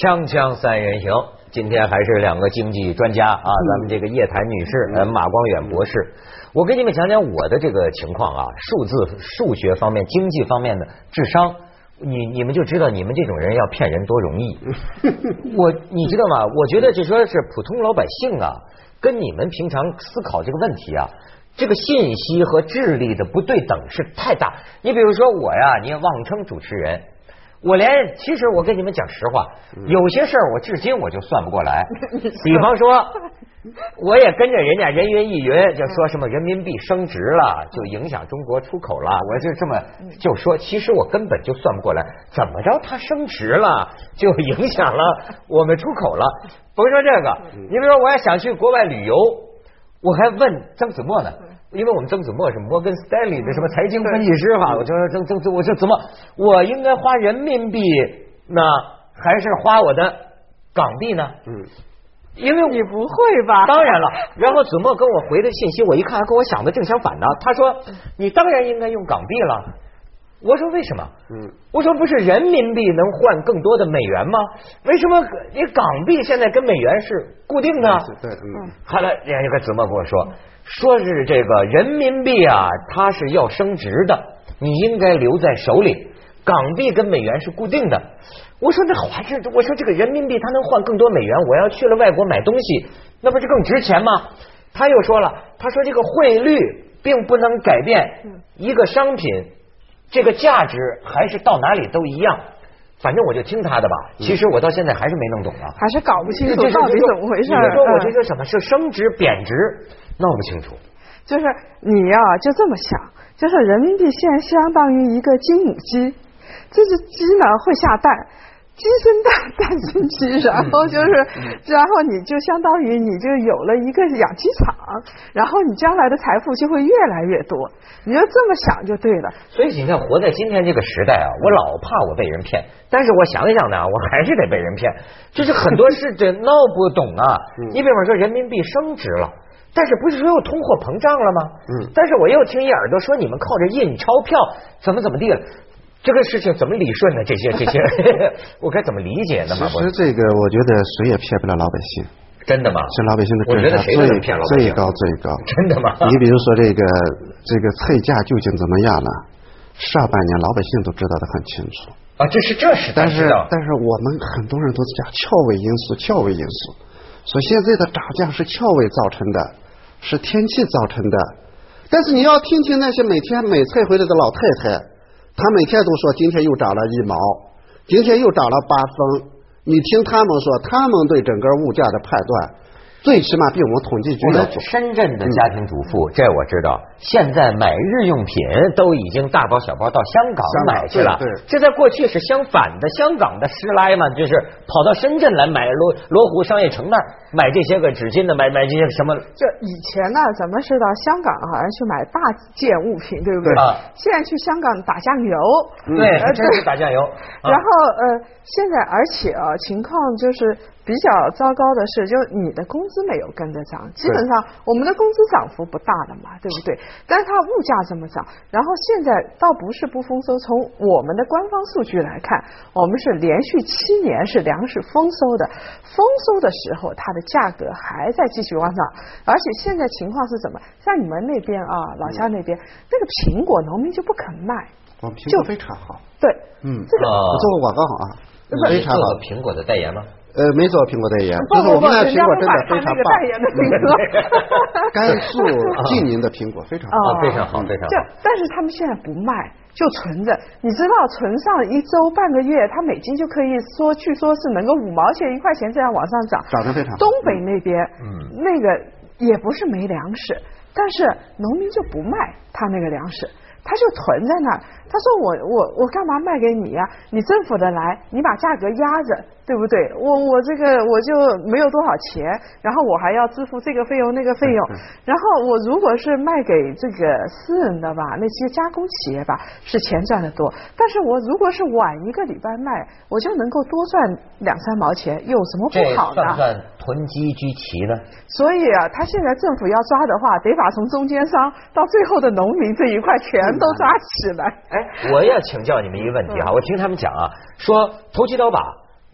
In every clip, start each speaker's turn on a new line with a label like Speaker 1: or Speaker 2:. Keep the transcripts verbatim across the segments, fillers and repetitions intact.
Speaker 1: 锵锵三人行，今天还是两个经济专家啊，咱们这个叶檀女士，呃，马光远博士。我给你们讲讲我的这个情况啊，数字、数学方面、经济方面的智商，你你们就知道你们这种人要骗人多容易。我你知道吗？我觉得就说是普通老百姓啊，跟你们平常思考这个问题啊。这个信息和智力的不对等是太大。你比如说我呀，你也妄称主持人，我连其实我跟你们讲实话，有些事儿我至今我就算不过来。比方说，我也跟着人家人云亦云，就说什么人民币升值了，就影响中国出口了，我就这么就说，其实我根本就算不过来，怎么着它升值了就影响了我们出口了。甭说这个，你比如说我要想去国外旅游。我还问曾子墨呢，因为我们曾子墨是摩根斯丹利的什么财经分析师嘛，我就说曾曾曾，我说怎么我应该花人民币呢，还是花我的港币呢？嗯，因为
Speaker 2: 你不会吧？
Speaker 1: 当然了，然后子墨跟我回的信息，我一看跟我想的正相反呢。他说你当然应该用港币了。我说为什么？嗯，我说不是人民币能换更多的美元吗？为什么你港币现在跟美元是固定的？
Speaker 3: 对，嗯。
Speaker 1: 后来人家有个子墨跟我说，说是这个人民币啊，它是要升值的，你应该留在手里。港币跟美元是固定的。我说那还是我说这个人民币它能换更多美元，我要去了外国买东西，那不是更值钱吗？他又说了，他说这个汇率并不能改变一个商品。这个价值还是到哪里都一样，反正我就听他的吧。其实我到现在还是没弄懂啊，
Speaker 2: 还是搞不清楚到底怎么回事。
Speaker 1: 你说我这个什么是升值贬值，闹不清楚。
Speaker 2: 就是你呀、啊，就这么想，就是人民币现在相当于一个金母鸡，这只鸡呢会下蛋。鸡生蛋，蛋生鸡，然后就是，然后你就相当于你就有了一个养鸡场，然后你将来的财富就会越来越多，你就这么想就对了。
Speaker 1: 所以你看，活在今天这个时代啊，我老怕我被人骗，但是我想想呢，我还是得被人骗，就是很多事这闹不懂啊。你比方说人民币升值了。但是不是说又通货膨胀了吗？嗯。但是我又听一耳朵说你们靠着印钞票怎么怎么地了。这个事情怎么理顺呢？这些这些，我该怎么理解呢？
Speaker 3: 其实这个我觉得谁也骗不了老百姓。
Speaker 1: 真的吗？
Speaker 3: 是老百姓的
Speaker 1: 智商最
Speaker 3: 最高最高。
Speaker 1: 真的吗？
Speaker 3: 你比如说这个这个菜价究竟怎么样了？上半年老百姓都知道的很清楚。
Speaker 1: 啊，这是这是。
Speaker 3: 但是但是我们很多人都讲翘尾因素，翘尾因素，说现在的涨价是翘尾造成的，是天气造成的。但是你要听听那些每天买菜回来的老太太。他每天都说今天又涨了一毛，今天又涨了八分。你听他们说，他们对整个物价的判断，最起码比我们统计局要做。
Speaker 1: 深圳的家庭主妇，嗯、这我知道。现在买日用品都已经大包小包到香港买去了，
Speaker 3: 对对
Speaker 1: 这在过去是相反的。香港的师奶嘛，就是跑到深圳来买罗罗湖商业城那儿买这些个纸巾的，买买这些什么。
Speaker 2: 就以前呢，咱们是到香港好像去买大件物品，对不对？
Speaker 1: 啊、
Speaker 2: 现在去香港打酱油，
Speaker 1: 对，呃、真是打酱油。
Speaker 2: 啊、然后呃，现在而且啊，情况就是比较糟糕的是，就你的工资没有跟着涨，基本上我们的工资涨幅不大的嘛，对不对？但是它物价这么涨，然后现在倒不是不丰收，从我们的官方数据来看，我们是连续七年是粮食丰收的，丰收的时候它的价格还在继续往上，而且现在情况是怎么？像你们那边啊，老家那边、嗯、那个苹果农民就不肯卖，
Speaker 3: 我们苹果非常好，
Speaker 2: 对，
Speaker 3: 嗯，
Speaker 2: 这个
Speaker 3: 我做过广告啊，非常好。
Speaker 1: 做苹果的代言吗？
Speaker 3: 呃，没做苹果代言，就是我们的苹果真的非常棒。
Speaker 2: 代言的苹果，
Speaker 3: 甘肃晋宁的苹果非常好，
Speaker 1: 啊，非常好，非常好。
Speaker 2: 就但是他们现在不卖，就存着。你知道，存上一周半个月，它每斤就可以说，据说是能够五毛钱、一块钱这样往上涨，
Speaker 3: 涨得非常好。
Speaker 2: 东北那边，嗯，那个也不是没粮食，但是农民就不卖他那个粮食。他就囤在那儿，他说我我我干嘛卖给你呀、啊？你政府的来，你把价格压着，对不对？我我这个我就没有多少钱，然后我还要支付这个费用那个费用，然后我如果是卖给这个私人的吧，那些加工企业吧，是钱赚得多，但是我如果是晚一个礼拜卖，我就能够多赚两三毛钱，有什么不好的？
Speaker 1: 这算不算囤积居奇呢？
Speaker 2: 所以啊，他现在政府要抓的话，得把从中间商到最后的农民这一块全都抓起来。
Speaker 1: 哎，我要请教你们一个问题哈，我听他们讲啊，说投机倒把，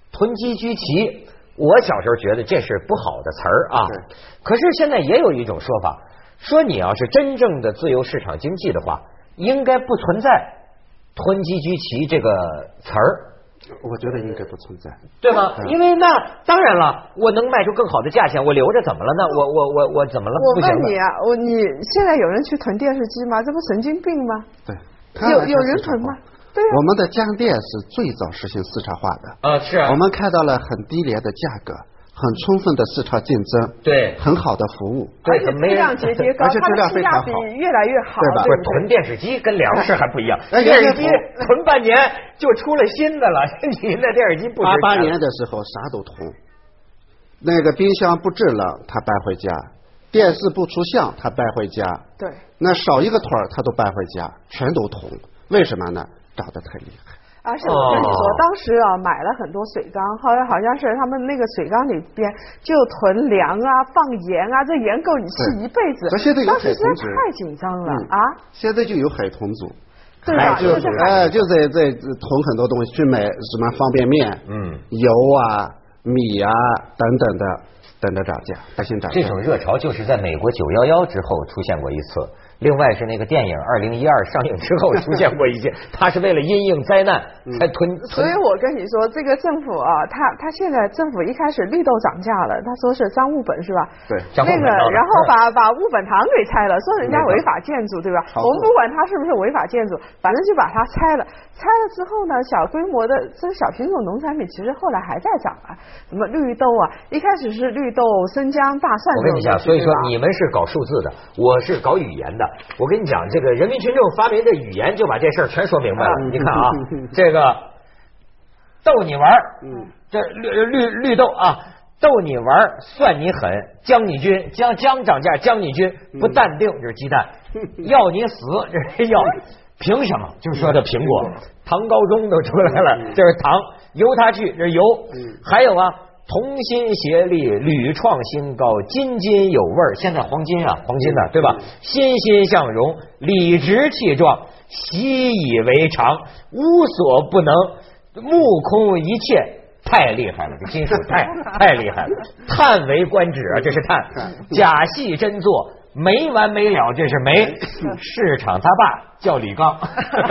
Speaker 1: 囤积居奇，我小时候觉得这是不好的词儿啊。可是现在也有一种说法，说你要是真正的自由市场经济的话，应该不存在囤积居奇这个词儿。
Speaker 3: 我觉得应该不存在，
Speaker 1: 对吗？嗯、因为那当然了，我能卖出更好的价钱，我留着怎么了呢？我我我我怎么了？
Speaker 2: 我问你啊，我你现在有人去囤电视机吗？这不神经病吗？
Speaker 3: 对，
Speaker 2: 有有人囤吗？对啊。
Speaker 3: 我们的家电是最早实行市场化的
Speaker 1: 啊，是啊。
Speaker 3: 我们看到了很低廉的价格。很充分的市场竞争，
Speaker 1: 对，
Speaker 3: 很好的服务，
Speaker 2: 而且质量节节高，
Speaker 3: 而且质量非常好，
Speaker 2: 越来越好，
Speaker 3: 对吧？
Speaker 1: 不是囤电视机跟粮食还不一样，电视机囤半年就出了新的了，你那电视机不值钱。
Speaker 3: 八八年的时候啥都囤，那个冰箱不制冷他搬回家，电视不出相他搬回家，
Speaker 2: 对，
Speaker 3: 那少一个腿他都搬回家，全都囤，为什么呢？涨得太厉害。
Speaker 2: 而且我跟你说，哦、当时啊买了很多水缸，后来好像是他们那个水缸里边就囤粮啊、放盐啊，这盐够你吃一辈子。
Speaker 3: 现在有海豚
Speaker 2: 组，太紧张了、嗯、啊！
Speaker 3: 现在就有海豚组，
Speaker 2: 对吧？
Speaker 3: 就哎就在在囤很多东西，去买什么方便面、嗯、油啊、米啊等等的，等着涨价，担心涨价。
Speaker 1: 这种热潮就是在美国九幺幺之后出现过一次。另外是那个电影二零一二上映之后出现过一些，他是为了因应灾难才囤。
Speaker 2: 所以我跟你说，这个政府啊，他他现在政府一开始绿豆涨价了，他说是张物本是吧？
Speaker 3: 对，
Speaker 2: 那个然后把把物本堂给拆了，说人家违法建筑对吧？我们不管他是不是违法建筑，反正就把它拆了。拆了之后呢，小规模的这个小品种农产品其实后来还在涨啊，什么绿豆啊，一开始是绿豆、生姜、大蒜。
Speaker 1: 我跟你讲，所以说你们是搞数字的，我是搞语言的。我跟你讲，这个人民群众发明的语言就把这事儿全说明白了。嗯、你看啊，这个逗你玩，嗯，这绿绿绿豆啊，逗你玩，算你狠，将你军，将将涨价，将你军，不淡定这是鸡蛋，要你死这是要，凭什么？就是说这苹果，唐高宗都出来了，这是糖，由他去，这是油，还有啊。同心协力，屡创新高，津津有味。现在黄金啊，黄金呢、啊，对吧？欣欣向荣，理直气壮，习以为常，无所不能，目空一切，太厉害了！这金属太太厉害了，叹为观止啊！这是叹，假戏真做，没完没了，这是没。市场他爸叫李刚，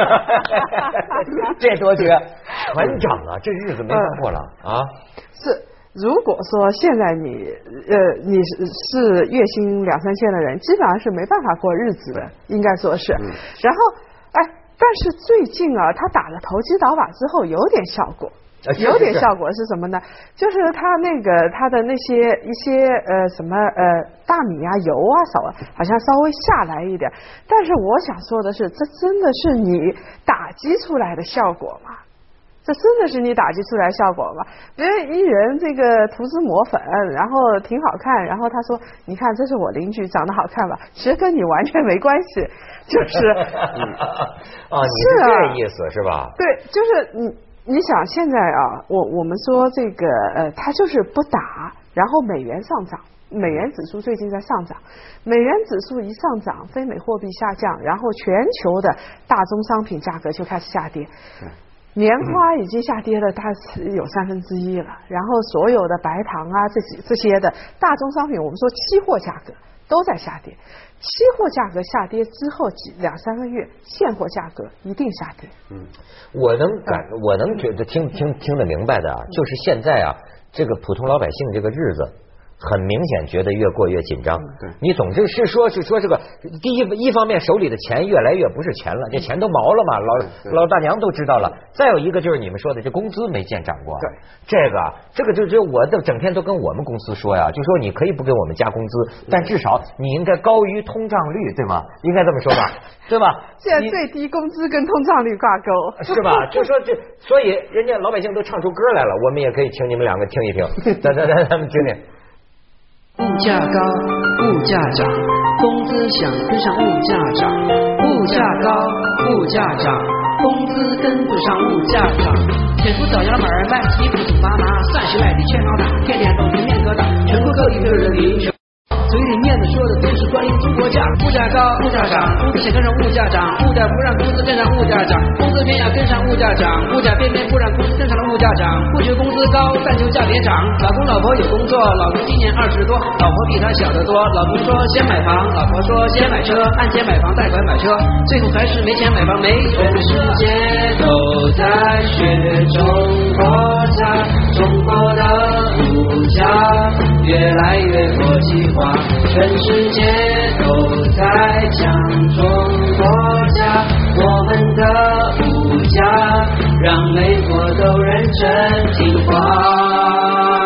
Speaker 1: 这多绝！团长啊，这日子没法过了啊！
Speaker 2: 是。如果说现在你呃你是月薪两三千的人，基本上是没办法过日子的，应该说是。嗯、然后哎，但是最近啊，他打了投机倒把之后，有点效果，有点效果是什么呢？就是他那个他的那些一些呃什么呃大米啊、油啊少，好像稍微下来一点。但是我想说的是，这真的是你打击出来的效果吗？这真的是你打击出来效果吗？别人一人这个涂脂抹粉，然后挺好看，然后他说：“你看，这是我邻居，长得好看吧？”其实跟你完全没关系，就是。
Speaker 1: 嗯、啊，你是这意思是吧？
Speaker 2: 对，就是你你想现在啊，我我们说这个呃，他就是不打，然后美元上涨。美元指数最近在上涨，美元指数一上涨，非美货币下降，然后全球的大宗商品价格就开始下跌。棉花已经下跌了，大概有三分之一了。然后所有的白糖啊，这些这些的大宗商品，我们说期货价格都在下跌。期货价格下跌之后几两三个月，现货价格一定下跌。嗯，
Speaker 1: 我能感，我能觉得听听听得明白的啊，就是现在啊，这个普通老百姓这个日子。很明显觉得越过越紧张，
Speaker 3: 对，
Speaker 1: 你总之是说是说这个第一一方面手里的钱越来越不是钱了，这钱都毛了嘛，老老大娘都知道了。再有一个就是你们说的这工资没见涨过，
Speaker 2: 对，
Speaker 1: 这个这个就就我都整天都跟我们公司说呀，就说你可以不给我们加工资，但至少你应该高于通胀率，对吗？应该这么说吧，对吧？
Speaker 2: 现在最低工资跟通胀率挂钩，
Speaker 1: 是吧？就说这，所以人家老百姓都唱出歌来了，我们也可以请你们两个听一听，咱咱咱咱们听听。
Speaker 4: 物价高，物价涨，工资想跟上物价涨。物价高，物价涨，工资跟不上物价涨。天父找衙门卖衣服送爸妈，三十来的钱老大，天天都是面疙瘩，全国各地的人民。嘴里念的说的都是关于中国价。物价高，物价涨，工资想跟上物价涨，物价不让工资跟上物价涨，工资偏要跟上物价涨，物价偏偏不让工资跟上了物价涨。不求工资高，但求价别涨。老公老婆有工作，老公今年二十多，老婆比他小得多。老公说先买房，老婆说先买车，按揭买房，贷款买车，最后还是没钱买房，没全世界都在学中国家，中国的物价越来越国际化，全世界都在讲中国家，我们的物价让美国都认真听话。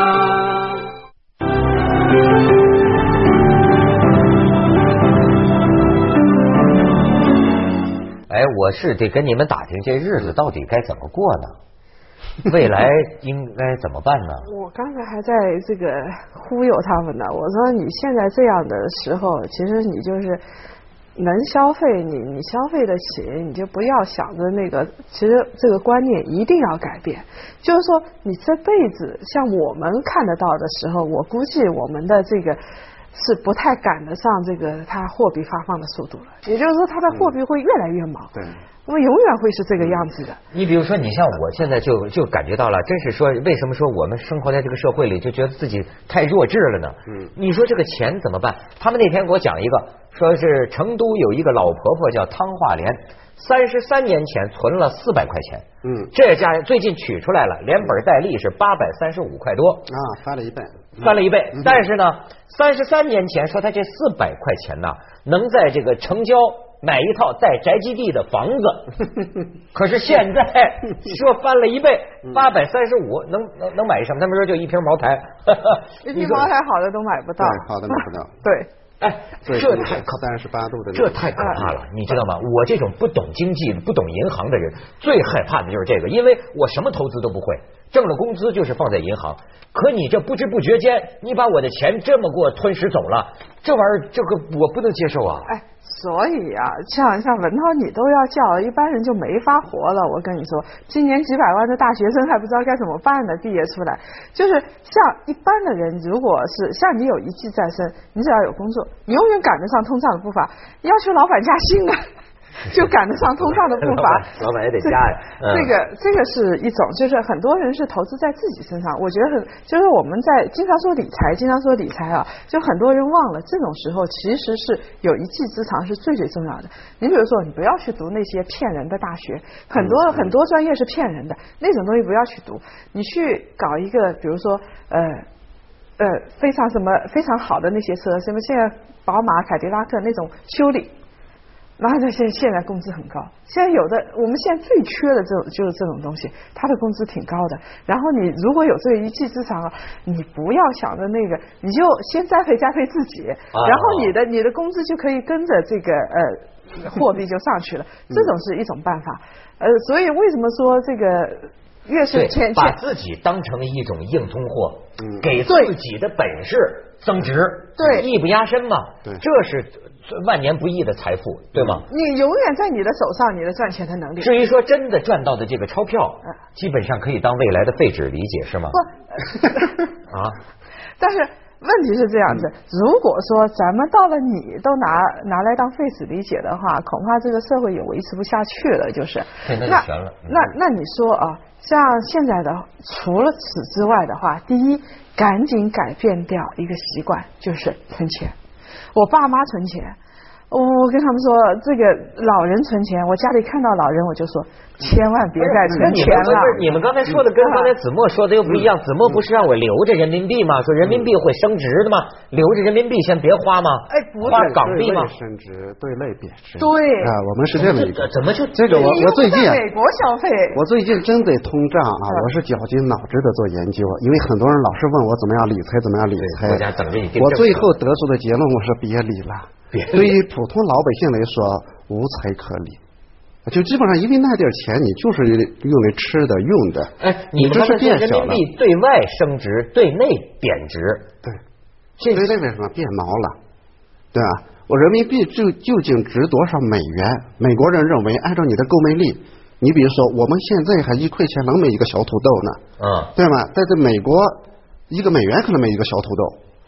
Speaker 1: 哎，我是得跟你们打听这日子到底该怎么过呢？未来应该怎么办呢？
Speaker 2: 我刚才还在这个忽悠他们呢，我说你现在这样的时候，其实你就是能消费，你你消费得起，你就不要想着那个，其实这个观念一定要改变。就是说，你这辈子像我们看得到的时候，我估计我们的这个是不太赶得上这个它货币发放的速度了。也就是说，它的货币会越来越忙。
Speaker 3: 对。
Speaker 2: 我永远会是这个样子的。
Speaker 1: 你比如说，你像我现在就就感觉到了，真是说，为什么说我们生活在这个社会里，就觉得自己太弱智了呢？嗯，你说这个钱怎么办？他们那天给我讲一个，说是成都有一个老婆婆叫汤化莲，三十三年前存了四百块钱，嗯，这家最近取出来了，连本带利是八百三十五块多
Speaker 3: 啊，翻了一倍，
Speaker 1: 翻了一倍。嗯、但是呢，三十三年前说他这四百块钱呢，能在这个成交买一套带宅基地的房子，可是现在说翻了一倍，八百三十五，能能能买什么？他们说就一瓶茅台，
Speaker 2: 一瓶茅台好的都买不到，
Speaker 3: 好的买不到。
Speaker 2: 对，
Speaker 1: 哎，这太可
Speaker 3: 三十八度的，
Speaker 1: 这太可怕了，你知道吗？我这种不懂经济、不懂银行的人，最害怕的就是这个，因为我什么投资都不会，挣了工资就是放在银行，可你这不知不觉间，你把我的钱这么给我吞噬走了，这玩意儿，这个我不能接受啊！
Speaker 2: 哎。所以啊，像像文涛你都要叫，一般人就没法活了。我跟你说，今年几百万的大学生还不知道该怎么办呢，毕业出来，就是像一般的人，如果是像你有一技在身，你只要有工作，你永远赶得上通胀的步伐，要求老板加薪啊。就赶得上通胀的步伐，
Speaker 1: 老板也得加呀。
Speaker 2: 这个这个是一种，就是很多人是投资在自己身上。我觉得很，就是我们在经常说理财，经常说理财啊，就很多人忘了，这种时候其实是有一技之长是最最重要的。你比如说，你不要去读那些骗人的大学，很多、嗯、很多专业是骗人的，那种东西不要去读。你去搞一个，比如说呃呃非常什么非常好的那些车，什么现在宝马、凯迪拉克那种修理。然后现现在工资很高，现在有的我们现在最缺的这种就是这种东西，它的工资挺高的。然后你如果有这个一技之长，你不要想着那个，你就先栽培栽培自己，然后你的你的工资就可以跟着这个呃货币就上去了，这种是一种办法。呃，所以为什么说这个越是钱
Speaker 1: 把自己当成一种硬通货，嗯、给自己的本事增值，
Speaker 2: 对，
Speaker 1: 艺不压身嘛，
Speaker 3: 对，
Speaker 1: 这是万年不易的财富，对吗？
Speaker 2: 你永远在你的手上，你的赚钱的能力。
Speaker 1: 至于说真的赚到的这个钞票，基本上可以当未来的废纸理解，是吗？
Speaker 2: 不
Speaker 1: 啊，
Speaker 2: 但是问题是这样子，如果说咱们到了你都拿拿来当废纸理解的话，恐怕这个社会也维持不下去了。就是
Speaker 1: 那
Speaker 2: 那
Speaker 1: 全了。
Speaker 2: 那那你说啊，像现在的除了此之外的话，第一，赶紧改变掉一个习惯，就是存钱。我爸妈存钱，我跟他们说，这个老人存钱，我家里看到老人我就说，千万别再存钱了。
Speaker 1: 你们刚才说的跟刚才子墨说的又不一样，子墨不是让我留着人民币吗？说人民币会升值的吗？留着人民币先别花吗？
Speaker 2: 哎，不
Speaker 1: 花港币吗？
Speaker 3: 升值对类贬值。
Speaker 2: 对
Speaker 3: 啊，我们是这么一个。
Speaker 1: 怎么就
Speaker 3: 这个我我最近
Speaker 2: 美国消费，
Speaker 3: 我最近针对通胀啊，我是绞尽脑汁的做研究，因为很多人老是问我怎么样理财，怎么样理财。我最后得出的结论，我说别理了。对于普通老百姓来说，无财可理，就基本上因为那点钱，你就是用来吃的、用的。
Speaker 1: 哎，你这是变小了。人民币对外升值，对内贬值。
Speaker 3: 对，这对内为什么变毛了？对吧？我人民币就究竟值多少美元？美国人认为，按照你的购买力，你比如说我们现在还一块钱能买一个小土豆呢，嗯，对吗？在这美国，一个美元可能买一个小土豆。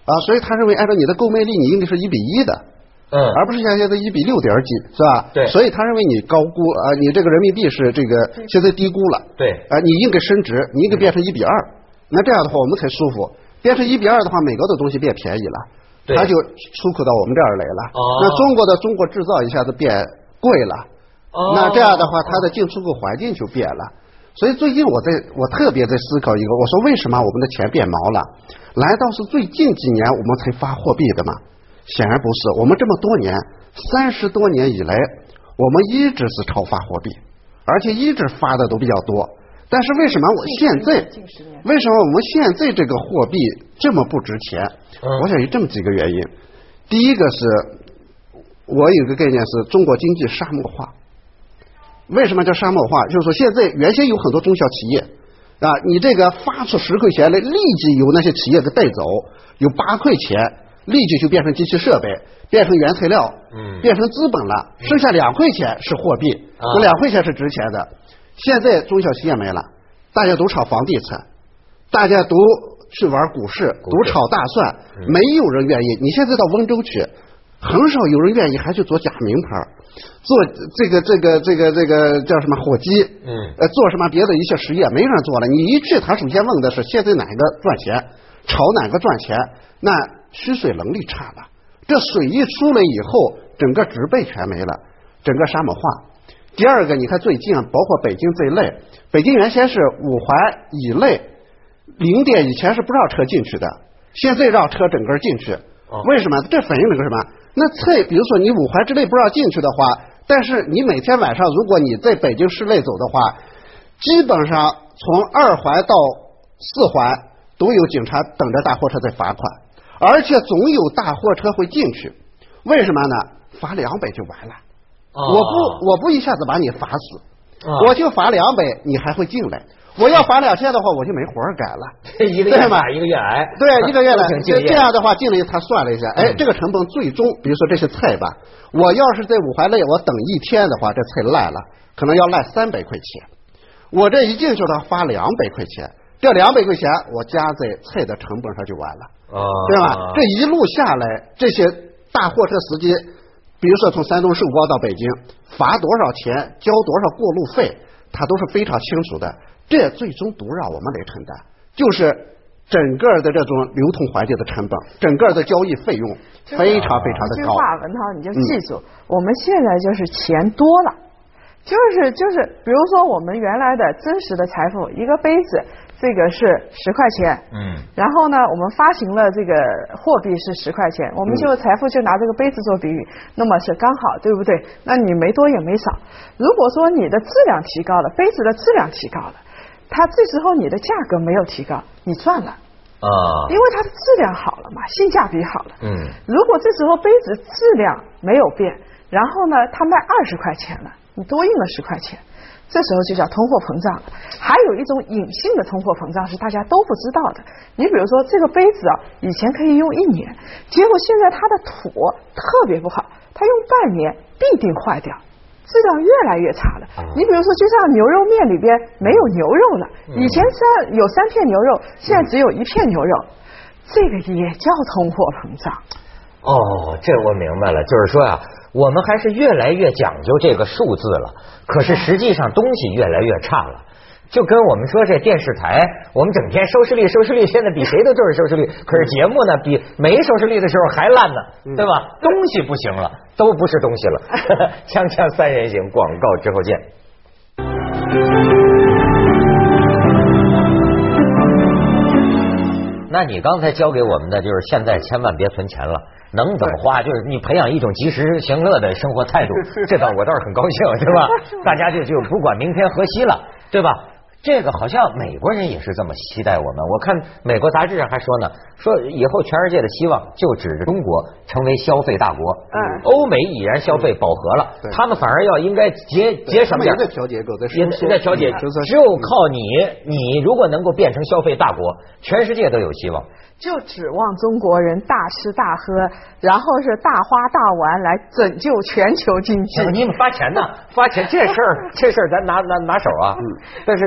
Speaker 3: 啊，所以他认为按照你的购买力，你应该是一比一的。
Speaker 1: 嗯，
Speaker 3: 而不是像现在一比六点几，是吧？
Speaker 1: 对，
Speaker 3: 所以他认为你高估啊、呃，你这个人民币是这个现在低估了。
Speaker 1: 对，
Speaker 3: 啊、呃，你应该升值，你应该变成一比二、嗯。那这样的话，我们才舒服。变成一比二的话，美国的东西变便宜了，它就出口到我们这儿来了。哦，那中国的中国制造一下子变贵了。哦，那这样的话，它的进出口环境就变了。所以最近我在我特别在思考一个，我说为什么我们的钱变毛了？难道是最近几年我们才发货币的吗？显然不是，我们这么多年，三十多年以来，我们一直是超发货币，而且一直发的都比较多。但是为什么我现在，为什么我们现在这个货币这么不值钱？我想有这么几个原因。第一个是，我有个概念是中国经济沙漠化。为什么叫沙漠化？就是说现在原先有很多中小企业啊，你这个发出十块钱来，立即由那些企业给带走，有八块钱。立即就变成机器设备，变成原材料，嗯，变成资本了，剩下两块钱是货币，这、啊、两块钱是值钱的。现在中小企业没了，大家都炒房地产，大家都去玩股市，都炒大蒜，嗯、没有人愿意。你现在到温州去，很少有人愿意还去做假名牌，做这个这个这个这个叫什么火鸡，嗯，呃，做什么别的一些实业，没人做了。你一去，他首先问的是现在哪个赚钱，炒哪个赚钱，那。蓄水能力差了，这水一出来以后，整个植被全没了，整个沙漠化。第二个，你看最近包括北京在内，北京原先是五环以内零点以前是不让车进去的，现在让车整个进去，为什么？这反映了个什么？那菜，比如说你五环之内不让进去的话，但是你每天晚上如果你在北京市内走的话，基本上从二环到四环都有警察等着大货车在罚款。而且总有大货车会进去，为什么呢？罚两百就完了。哦、我不，我不一下子把你罚死，哦、我就罚两百，你还会进来。我要罚两千的话，我就没活干了。
Speaker 1: 这一个月打一个月来，
Speaker 3: 对，一个月来。这样的话，进来他算了一下，哎，这个成本最终，比如说这些菜吧，我要是在五环内我等一天的话，这菜烂了，可能要烂三百块钱。我这一进去他发两百块钱。这两百块钱我加在菜的成本上就完了，哦，对吧？这一路下来，这些大货车司机，比如说从山东寿光到北京，罚多少钱，交多少过路费，他都是非常清楚的。这最终都让我们来承担，就是整个的这种流通环节的成本，整个的交易费用非常非常的高。
Speaker 2: 这句话，文涛你就记住，嗯、我们现在就是钱多了，就是就是，比如说我们原来的真实的财富，一个杯子。这个是十块钱，嗯，然后呢，我们发行了这个货币是十块钱，我们就财富就拿这个杯子做比喻，那么是刚好，对不对？那你没多也没少。如果说你的质量提高了，杯子的质量提高了，它这时候你的价格没有提高，你赚了啊，因为它的质量好了嘛，性价比好了。嗯，如果这时候杯子质量没有变，然后呢，它卖二十块钱了，你多印了十块钱。这时候就叫通货膨胀了。还有一种隐性的通货膨胀是大家都不知道的。你比如说这个杯子啊，以前可以用一年，结果现在它的土特别不好，它用半年必定坏掉，质量越来越差了。你比如说，就像牛肉面里边没有牛肉了，以前三有三片牛肉，现在只有一片牛肉，这个也叫通货膨胀。
Speaker 1: 哦，这我明白了，就是说啊，我们还是越来越讲究这个数字了，可是实际上东西越来越差了。就跟我们说这电视台，我们整天收视率收视率现在比谁都重视收视率，可是节目呢比没收视率的时候还烂呢，对吧？东西不行了，都不是东西了。锵锵三人行，广告之后见。那你刚才教给我们的就是现在千万别存钱了，能怎么花就是你培养一种及时行乐的生活态度，这倒我倒是很高兴，对吧？大家就就不管明天何夕了，对吧？这个好像美国人也是这么期待我们。我看美国杂志上还说呢，说以后全世界的希望就指着中国成为消费大国。嗯，欧美已然消费饱和了，他们反而要应该节节省点，
Speaker 3: 在调节够，
Speaker 1: 也在调节。只有靠你，你如果能够变成消费大国，全世界都有希望。
Speaker 2: 就指望中国人大吃大喝，然后是大花大玩来拯救全球经济。
Speaker 1: 你们发钱呢？发钱这事儿，这事儿咱拿拿拿手啊。嗯，但是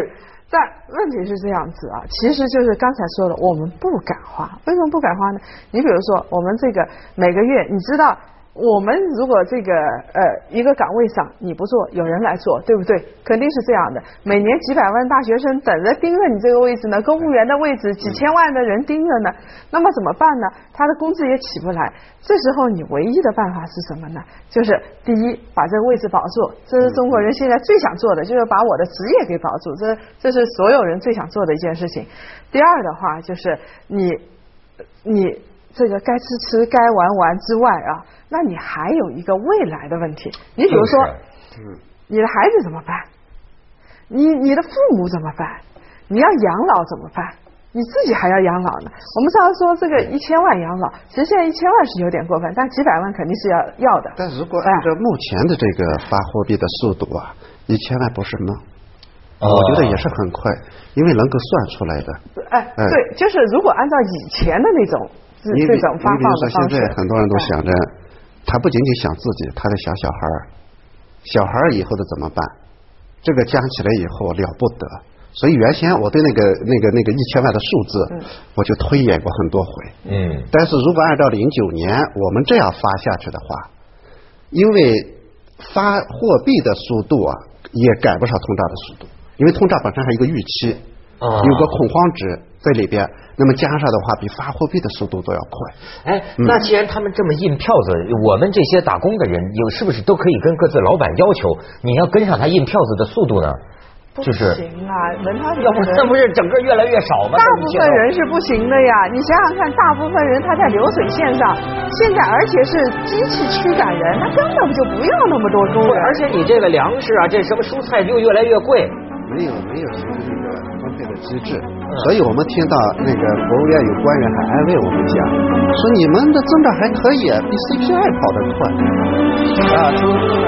Speaker 2: 但问题是这样子啊，其实就是刚才说的，我们不敢花。为什么不敢花呢？你比如说，我们这个每个月，你知道。我们如果这个呃一个岗位上你不做，有人来做，对不对？肯定是这样的。每年几百万大学生等着盯着你这个位置呢，公务员的位置几千万的人盯着呢，那么怎么办呢？他的工资也起不来。这时候你唯一的办法是什么呢？就是第一，把这个位置保住，这是中国人现在最想做的，就是把我的职业给保住，这这是所有人最想做的一件事情。第二的话，就是你你这个该吃吃该玩玩之外啊，那你还有一个未来的问题。你比如说，嗯，你的孩子怎么办？你你的父母怎么办？你要养老怎么办？你自己还要养老呢。我们常说这个一千万养老，其实现在一千万是有点过分，但几百万肯定是要要的。
Speaker 3: 但如果按照目前的这个发货币的速度啊，一千万不是梦。我觉得也是很快，因为能够算出来的。
Speaker 2: 哎，对，就是如果按照以前的那种这种发放的方式，
Speaker 3: 现在很多人都想着，他不仅仅想自己，他在想小孩儿，小孩儿以后的怎么办？这个加起来以后了不得。所以原先我对那个那个那个一千万的数字，嗯、我就推演过很多回。嗯。但是如果按照零九年我们这样发下去的话，因为发货币的速度啊，也赶不上通胀的速度。因为通胀本身还有一个预期，哦、有个恐慌值在里边，那么加上的话，比发货币的速度都要快。
Speaker 1: 哎，嗯、那既然他们这么印票子，我们这些打工的人有是不是都可以跟各自老板要求，你要跟上他印票子的速度呢？
Speaker 2: 不行啊，人他
Speaker 1: 要不那不是整个越来越少吗？
Speaker 2: 大部分人是不行的呀，你想想看，大部分人他在流水线上，现在而且是机器驱赶人，他根本就不要那么多工人。
Speaker 1: 而且你这个粮食啊，这什么蔬菜就越来越贵。
Speaker 3: 没有没有形成这个分配的机制，嗯、所以我们听到那个国务院有官员还安慰我们讲，说你们的增长还可以，比 C P I 跑得快啊。